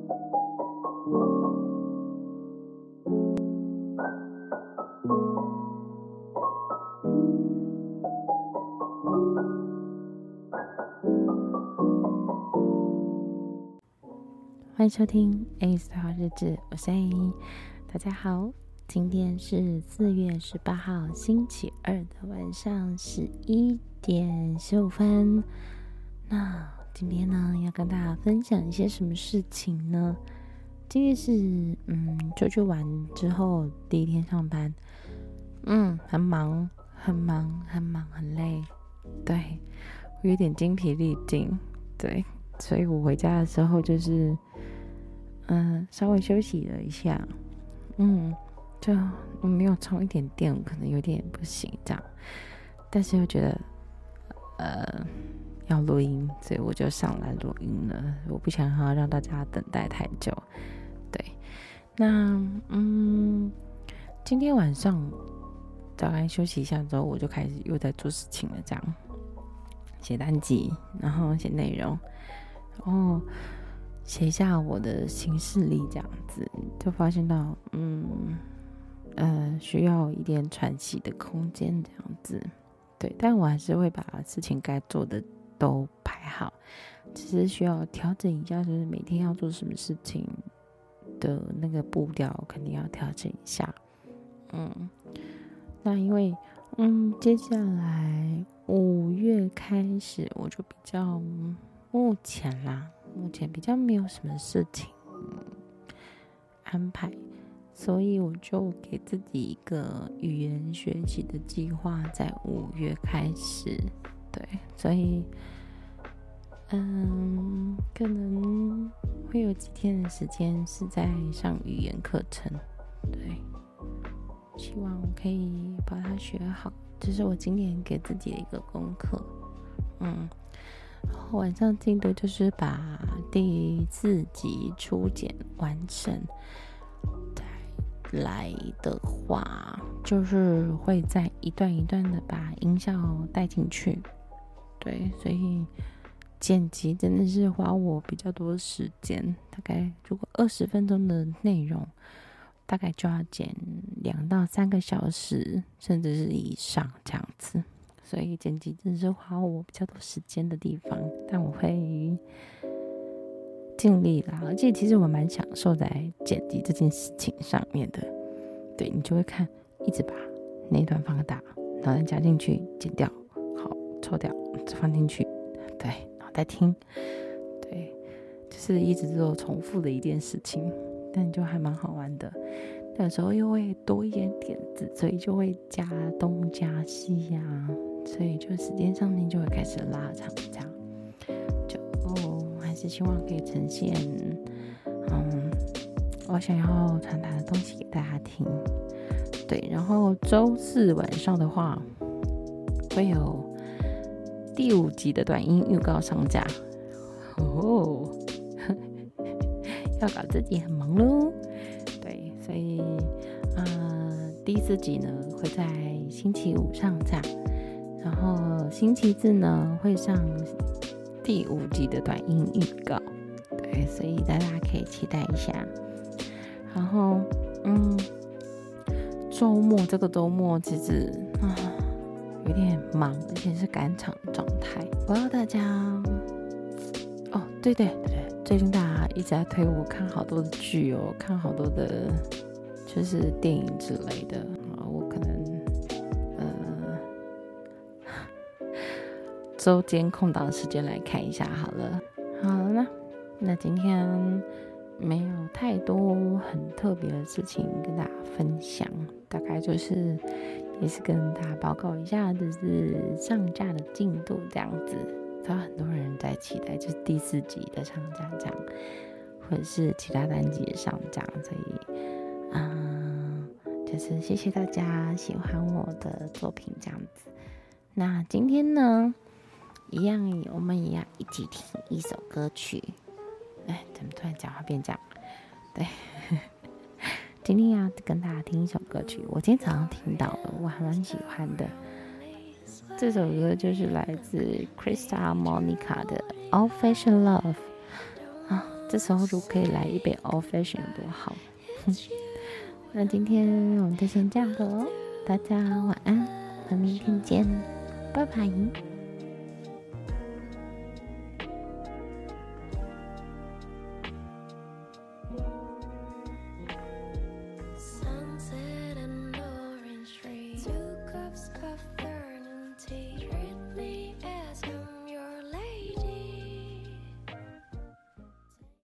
欢迎收听 A 的好日子，我是 A。 大家好，今天是4月18号星期二的晚上11点15分。那今天呢，要跟大家分享一些什么事情呢？今天是出去玩之后第一天上班，很忙很累，对，我有点精疲力尽，对，所以我回家的时候就是稍微休息了一下，就没有充一点电，可能有点不行这样，但是又觉得要录音，所以我就上来录音了。我不想要让大家等待太久，对。那今天晚上大概休息一下之后，我就开始又在做事情了，这样写单集，然后写内容，然后写一下我的行事历，这样子就发现到需要一点喘息的空间，这样子，对，但我还是会把事情该做的都排好，只是需要调整一下，就是每天要做什么事情的那个步调肯定要调整一下。那因为接下来5月开始我就比较目前比较没有什么事情安排，所以我就给自己一个语言学习的计划，在5月开始，对，所以可能会有几天的时间是在上语言课程，对，希望我可以把它学好，这是我今年给自己的一个功课。然后晚上进度就是把第4集初剪完成，再来的话就是会再一段一段的把音效带进去，对，所以剪辑真的是花我比较多时间，大概如果20分钟的内容，大概就要剪2到3个小时，甚至是以上这样子，所以剪辑真的是花我比较多时间的地方，但我会尽力啦，而且其实我蛮享受在剪辑这件事情上面的，对，你就会看，一直把那一段放大，然后再加进去，剪掉，好，抽掉，再放进去，对，然后再听，对，就是一直做重复的一件事情，但就还蛮好玩的。有时候又会多一点点子，所以就会加东加西啊，所以就时间上面就会开始拉长，这样就还是希望可以呈现我想要传达的东西给大家听。对，然后周4晚上的话会有第5集的短音预告上架要搞自己很忙咯，对，所以第4集呢会在星期5上架，然后星期4呢会上第5集的短音预告，对，所以大家可以期待一下。然后这个周末其实有点忙，而且是赶场状态。我要大家对，最近大家一直在推我看好多的剧看好多的就是电影之类的，我可能周间空档的时间来看一下好了。好了，那今天没有太多很特别的事情跟大家分享，大概就是也是跟大家报告一下就是上架的进度这样子，知道很多人在期待就是第4集的上架这样，或者是其他单集的上架，所以就是谢谢大家喜欢我的作品这样子。那今天呢我们也要一起听一首歌曲，怎么突然讲话变这样？对今天要跟大家听一首歌曲，我今天早上听到了，我还蛮喜欢的。这首歌就是来自 Krista Monica 的 Old Fashioned Love 这时候如果可以来一杯 old fashion 有多好。那今天我们就先这样了哦，大家晚安，我们明天见，拜拜。